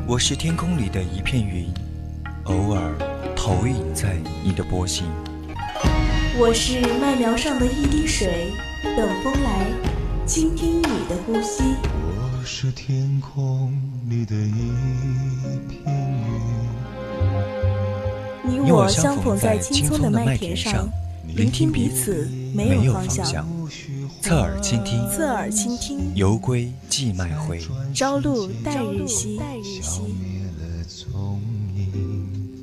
我是天空里的一片云，偶尔投影在你的波心。 我是麦苗上的一滴水，等风来倾听你的呼吸。 我是天空里的一片云，你我相逢在青葱的麦田上，聆听彼此没有方向。 侧耳倾听， 侧耳倾听， 犹归寄麦回， 朝露待日晞。 消灭了踪影。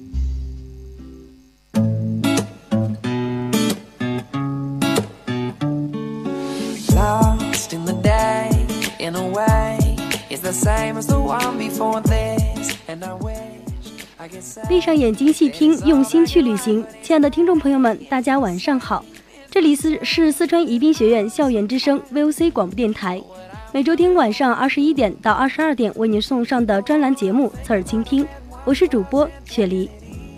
Lost in the day, in a way, it's the same as the one before this, and I wish I could say. 闭上眼睛细听，用心去旅行。亲爱的听众朋友们，大家晚上好，这里是四川宜宾学院校园之声 VOC 广播电台，每周天晚上21点到22点为您送上的专栏节目侧耳倾听，我是主播雪梨。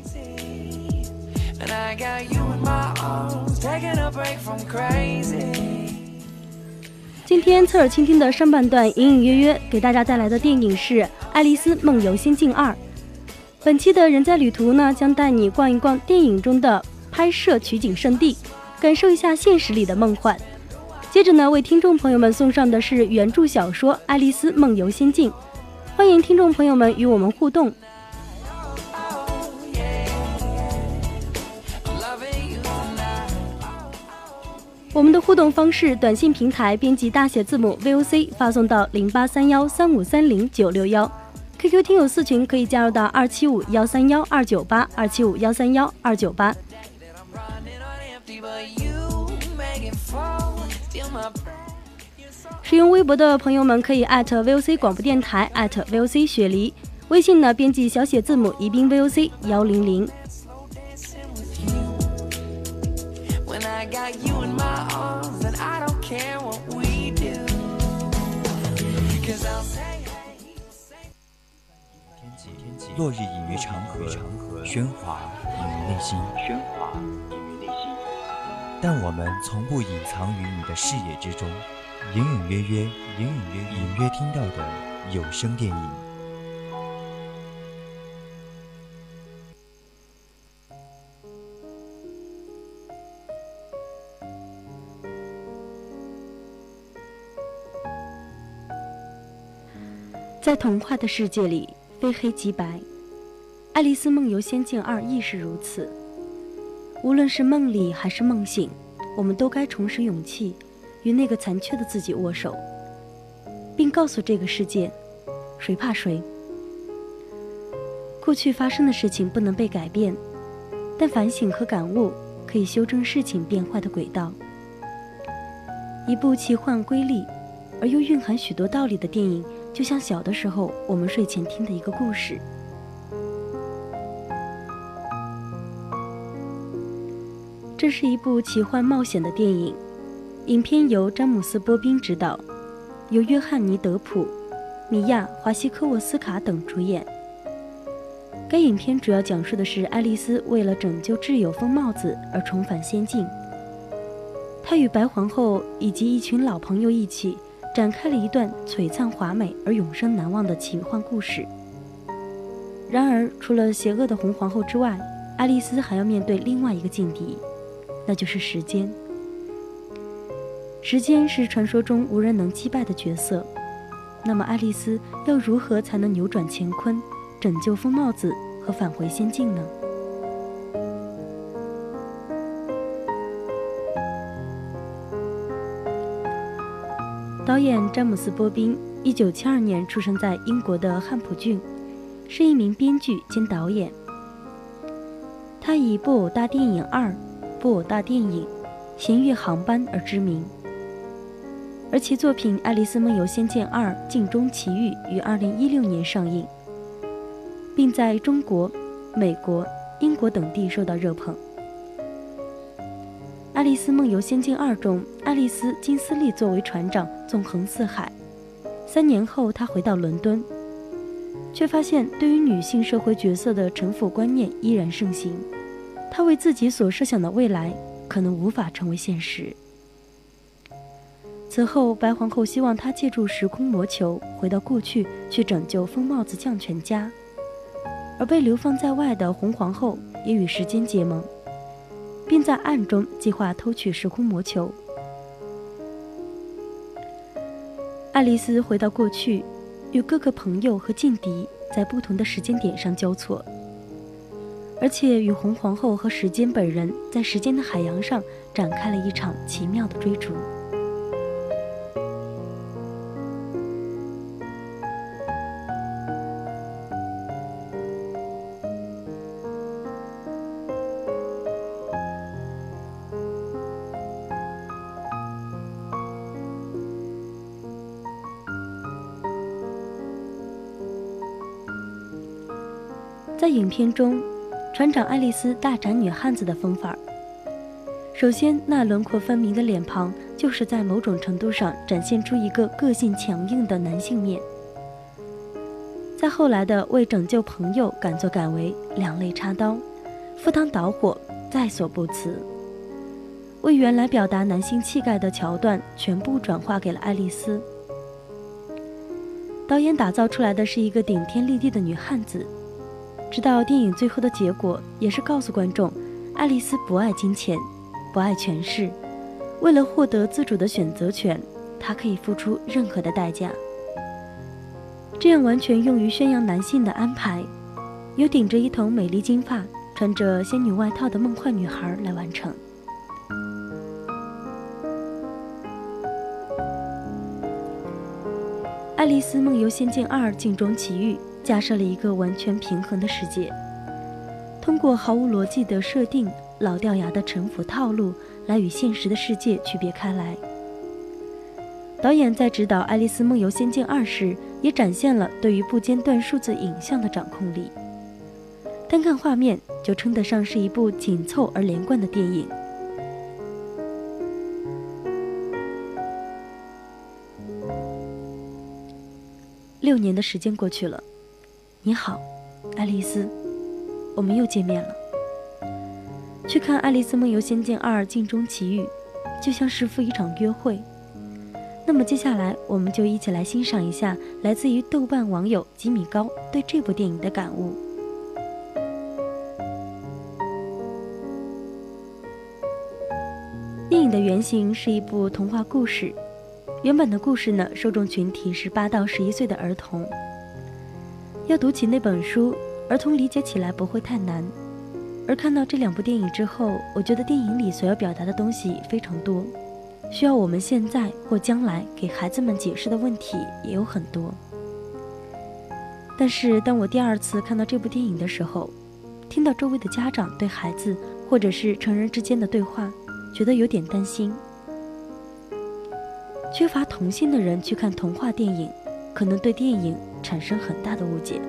And I got you in my arms, taking a break from crazy. 今天侧耳倾听的上半段隐隐约约给大家带来的电影是《爱丽丝梦游仙境2》。本期的人在旅途呢，将带你逛一逛电影中的拍摄取景圣地，感受一下现实里的梦幻。接着呢，为听众朋友们送上的是原著小说《爱丽丝梦游仙境》，欢迎听众朋友们与我们互动。我们的互动方式：短信平台编辑大写字母 VOC 发送到083135309612，QQ 听友四群可以加入到275131298，275131298。使用微博的朋友们可以@VOC 广播电台@VOC 雪梨，微信呢编辑小写字母宜宾 VOC 100。 落日隐于长河，喧哗隐于内心。但我们从不隐藏于你的视野之中，隐约听到的有声电影。 在童话的世界里，非黑即白，《爱丽丝梦游仙境2》亦是如此。无论是梦里还是梦醒，我们都该重拾勇气，与那个残缺的自己握手，并告诉这个世界，谁怕谁。过去发生的事情不能被改变，但反省和感悟可以修正事情变坏的轨道。一部奇幻瑰丽而又蕴含许多道理的电影，就像小的时候我们睡前听的一个故事。这是一部奇幻冒险的电影，影片由詹姆斯·波宾执导，由约翰尼·德普、米娅·华西科沃斯卡等主演。该影片主要讲述的是爱丽丝为了拯救挚友疯帽子而重返仙境，她与白皇后以及一群老朋友一起展开了一段璀璨华美而永生难忘的奇幻故事。然而，除了邪恶的红皇后之外，爱丽丝还要面对另外一个劲敌，那就是时间。时间是传说中无人能击败的角色，那么爱丽丝要如何才能扭转乾坤，拯救疯帽子和返回仙境呢？导演詹姆斯·波宾1972年出生在英国的汉普郡，是一名编剧兼导演。他以《布偶大电影2》《布偶大电影》《弦乐航班》而知名，而其作品《爱丽丝梦游仙境2：镜中奇遇》于2016年上映，并在中国、美国、英国等地受到热捧。《爱丽丝梦游仙境2》中，爱丽丝金斯利作为船长纵横四海。3年后，她回到伦敦，却发现对于女性社会角色的臣服观念依然盛行。她为自己所设想的未来可能无法成为现实。 此后，白皇后希望他借助时空魔球回到过去，去拯救疯帽子将全家。而被流放在外的红皇后也与时间结盟，并在暗中计划偷取时空魔球。爱丽丝回到过去，与各个朋友和劲敌在不同的时间点上交错，而且与红皇后和时间本人在时间的海洋上展开了一场奇妙的追逐。在影片中，船长爱丽丝大展女汉子的风范儿。首先，那轮廓分明的脸庞，就是在某种程度上展现出一个个性强硬的男性面。在后来的为拯救朋友敢作敢为、两肋插刀、赴汤蹈火，在所不辞。为原来表达男性气概的桥段，全部转化给了爱丽丝。导演打造出来的是一个顶天立地的女汉子。直到电影最后的结果，也是告诉观众，爱丽丝不爱金钱，不爱权势，为了获得自主的选择权，她可以付出任何的代价。这样完全用于宣扬男性的安排，由顶着一头美丽金发、穿着仙女外套的梦幻女孩来完成。《爱丽丝梦游仙境2：镜中奇遇》架设了一个完全平衡的世界，通过毫无逻辑的设定、老掉牙的城府套路来与现实的世界区别开来。导演在指导《爱丽丝梦游仙境2》时，也展现了对于不间断数字影像的掌控力。单看画面，就称得上是一部紧凑而连贯的电影。6年的时间过去了，你好，爱丽丝，我们又见面了。去看《爱丽丝梦游仙境2：镜中奇遇》，就像是赴一场约会。那么接下来，我们就一起来欣赏一下来自于豆瓣网友吉米高对这部电影的感悟。电影的原型是一部童话故事。原本的故事呢，受众群体是8到11岁的儿童。要读起那本书，儿童理解起来不会太难。而看到这2部电影之后，我觉得电影里所要表达的东西非常多，需要我们现在或将来给孩子们解释的问题也有很多。但是当我第2次看到这部电影的时候，听到周围的家长对孩子或者是成人之间的对话，觉得有点担心。缺乏童心的人去看童话电影，可能对电影产生很大的误解。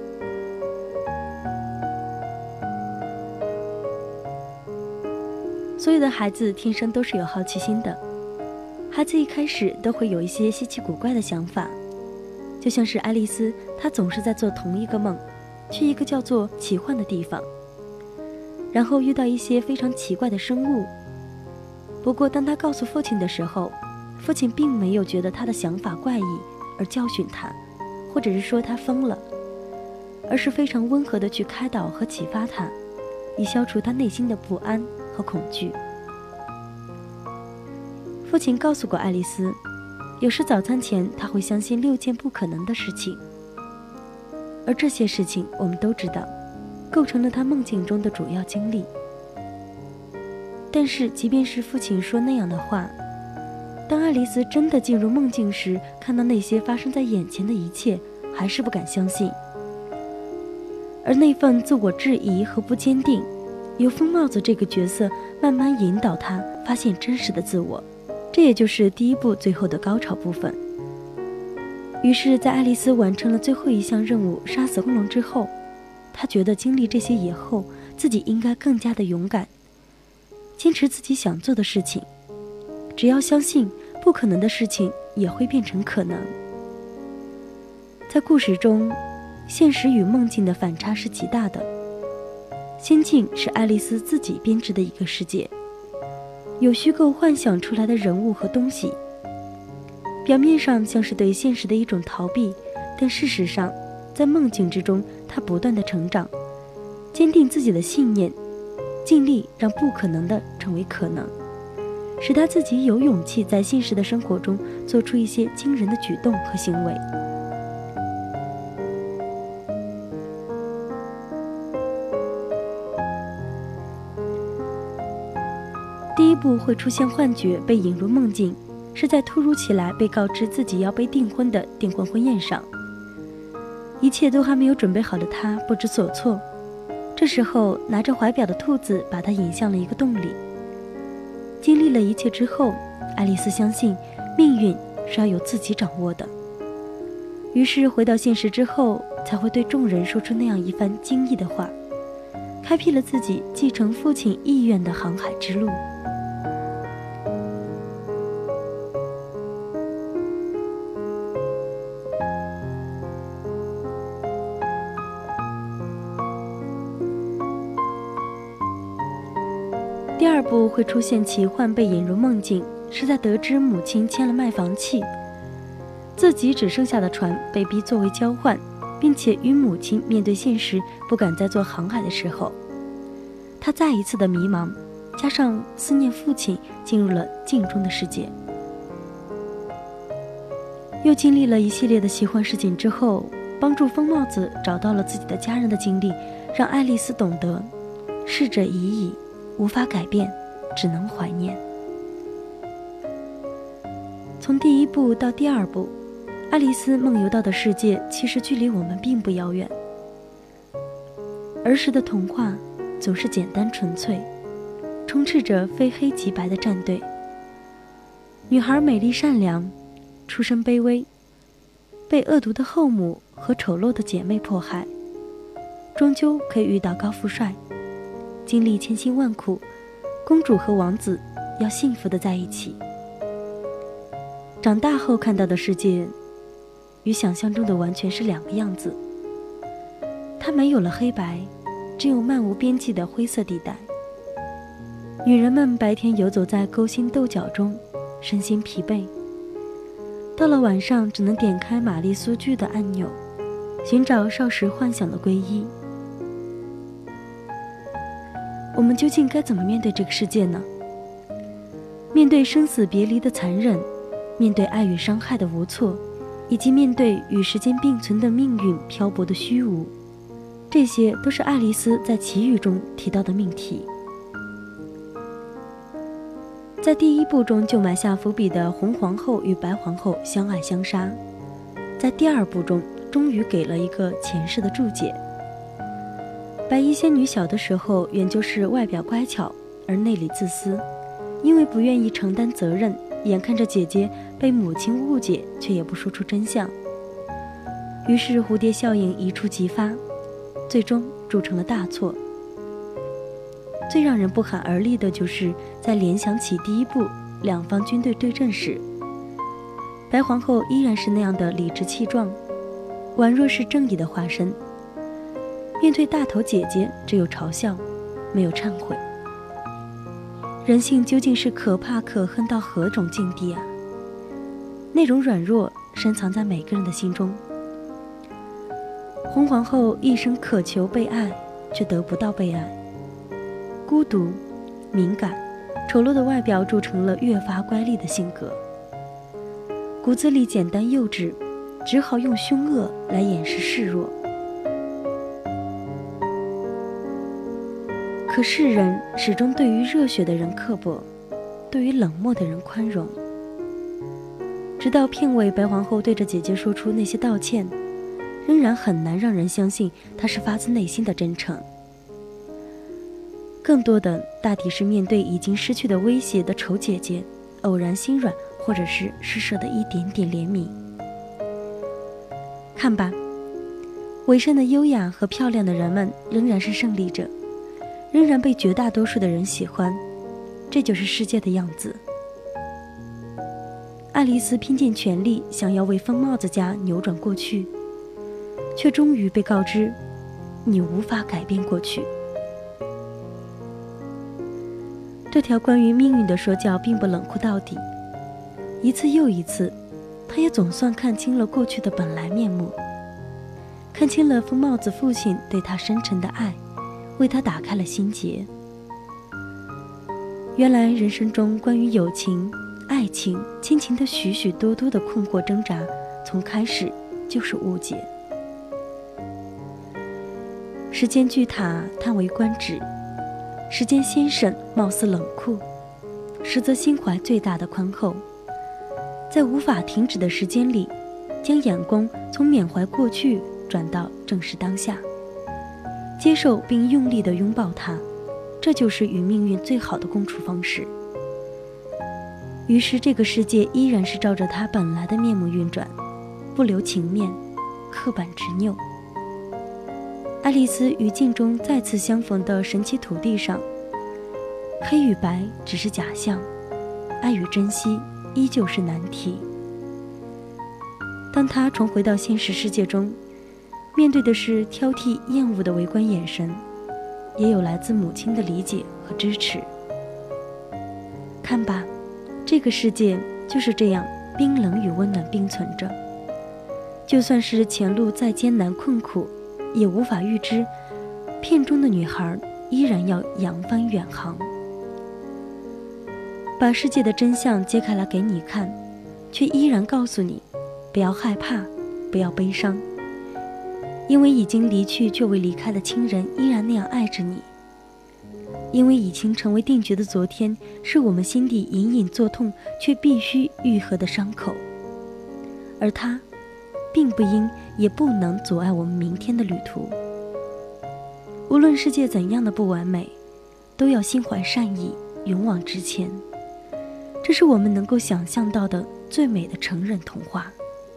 所有的孩子天生都是有好奇心的，孩子一开始都会有一些稀奇古怪的想法，就像是爱丽丝，她总是在做同一个梦，去一个叫做奇幻的地方，然后遇到一些非常奇怪的生物。不过当她告诉父亲的时候，父亲并没有觉得他的想法怪异而教训他，或者是说他疯了，而是非常温和地去开导和启发他，以消除他内心的不安和恐惧。父亲告诉过爱丽丝，有时早餐前他会相信6件不可能的事情，而这些事情我们都知道，构成了他梦境中的主要经历。但是即便是父亲说那样的话，当爱丽丝真的进入梦境时，看到那些发生在眼前的一切，还是不敢相信。而那份自我质疑和不坚定，由疯帽子这个角色慢慢引导她发现真实的自我，这也就是第1部最后的高潮部分。于是在爱丽丝完成了最后一项任务，杀死轰龙之后，她觉得经历这些以后，自己应该更加的勇敢，坚持自己想做的事情。只要相信不可能的事情也会变成可能。在故事中，现实与梦境的反差是极大的。仙境是爱丽丝自己编织的一个世界，有虚构幻想出来的人物和东西， 表面上像是对现实的一种逃避，但事实上，在梦境之中，他不断的成长，坚定自己的信念，尽力让不可能的成为可能，使他自己有勇气在现实的生活中做出一些惊人的举动和行为。第一步会出现幻觉，被引入梦境，是在突如其来被告知自己要被订婚的订婚婚宴上。一切都还没有准备好的他不知所措，这时候拿着怀表的兔子把他引向了一个洞里。经历了一切之后，爱丽丝相信命运是要由自己掌握的，于是回到现实之后，才会对众人说出那样一番惊异的话，开辟了自己继承父亲意愿的航海之路。第二步会出现奇幻被引入梦境，是在得知母亲签了卖房契，自己只剩下的船被逼作为交换，并且与母亲面对现实不敢再做航海的时候，他再一次的迷茫，加上思念父亲，进入了镜中的世界。又经历了一系列的奇幻事情之后，帮助疯帽子找到了自己的家人的经历，让爱丽丝懂得逝者已矣，无法改变，只能怀念。从第一步到第二步，爱丽丝梦游到的世界其实距离我们并不遥远。儿时的童话总是简单纯粹，充斥着非黑即白的战队。女孩美丽善良，出身卑微，被恶毒的后母和丑陋的姐妹迫害，终究可以遇到高富帅，经历千辛万苦，公主和王子要幸福的在一起。长大后看到的世界与想象中的完全是两个样子，它没有了黑白，只有漫无边际的灰色地带。女人们白天游走在勾心斗角中，身心疲惫，到了晚上只能点开玛丽苏剧的按钮，寻找少时幻想的皈依。我们究竟该怎么面对这个世界呢？面对生死别离的残忍，面对爱与伤害的无措，以及面对与时间并存的命运漂泊的虚无，这些都是爱丽丝在奇遇中提到的命题。在第一部中就埋下伏笔的红皇后与白皇后相爱相杀，在第二部中终于给了一个前世的注解。白衣仙女小的时候原就是外表乖巧而内里自私，因为不愿意承担责任，眼看着姐姐被母亲误解，却也不说出真相，于是蝴蝶效应一触即发，最终铸成了大错。最让人不寒而栗的就是在联想起第一部两方军队对阵时，白皇后依然是那样的理直气壮，宛若是正义的化身，面对大头姐姐只有嘲笑，没有忏悔。人性究竟是可怕可恨到何种境地啊？那种软弱深藏在每个人的心中。红皇后一生渴求被爱，却得不到被爱，孤独、敏感、丑陋的外表铸成了越发乖戾的性格，骨子里简单幼稚，只好用凶恶来掩饰示弱。可世人始终对于热血的人刻薄，对于冷漠的人宽容。直到片尾白皇后对着姐姐说出那些道歉，仍然很难让人相信她是发自内心的真诚。更多的大抵是面对已经失去的威胁的丑姐姐，偶然心软，或者是施舍的一点点怜悯。看吧，伪善的优雅和漂亮的人们仍然是胜利者，仍然被绝大多数的人喜欢，这就是世界的样子。爱丽丝拼尽全力想要为疯帽子家扭转过去，却终于被告知你无法改变过去。这条关于命运的说教并不冷酷到底，一次又一次， 他也总算看清了过去的本来面目，看清了疯帽子父亲对他深沉的爱，为他打开了心结。原来人生中关于友情、爱情、亲情的许许多多的困惑挣扎，从开始就是误解。时间巨塔叹为观止，时间先生貌似冷酷，实则心怀最大的宽厚，在无法停止的时间里，将眼光从缅怀过去转到正视当下，接受并用力地拥抱它，这就是与命运最好的共处方式。于是这个世界依然是照着它本来的面目运转，不留情面，刻板执拗。爱丽丝与镜中再次相逢的神奇土地上，黑与白只是假象，爱与珍惜依旧是难题。当她重回到现实世界中，面对的是挑剔厌恶的围观眼神，也有来自母亲的理解和支持。看吧，这个世界就是这样冰冷与温暖并存着，就算是前路再艰难困苦，也无法预知片中的女孩依然要扬帆远航，把世界的真相揭开来给你看，却依然告诉你不要害怕，不要悲伤，因为已经离去却未离开的亲人依然那样爱着你，因为已经成为定局的昨天是我们心底隐隐作痛却必须愈合的伤口，而它并不应也不能阻碍我们明天的旅途。无论世界怎样的不完美，都要心怀善意，勇往直前，这是我们能够想象到的最美的成人童话。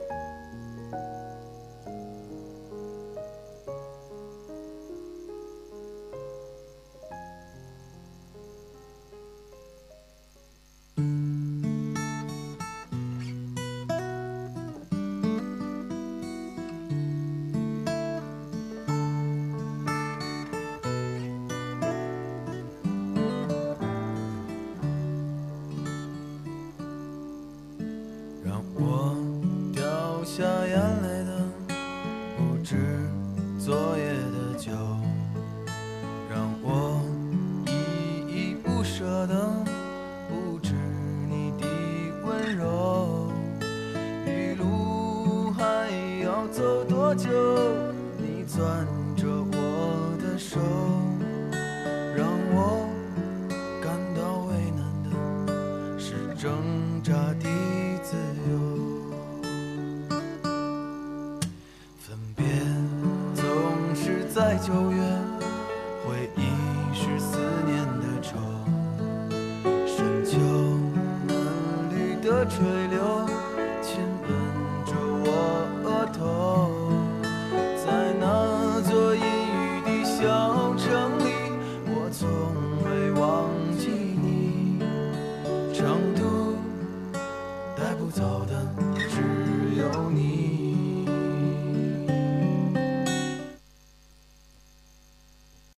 下眼泪的不止昨夜的酒，让我依依不舍的不止你的温柔。余路还要走多久？你攥着我的手，让我感到为难的是挣扎的自由。在9月，回忆是思念的愁，深秋嫩绿的垂柳亲吻着我额头，在那座阴雨的小城里，我从未忘记你，长途带不走的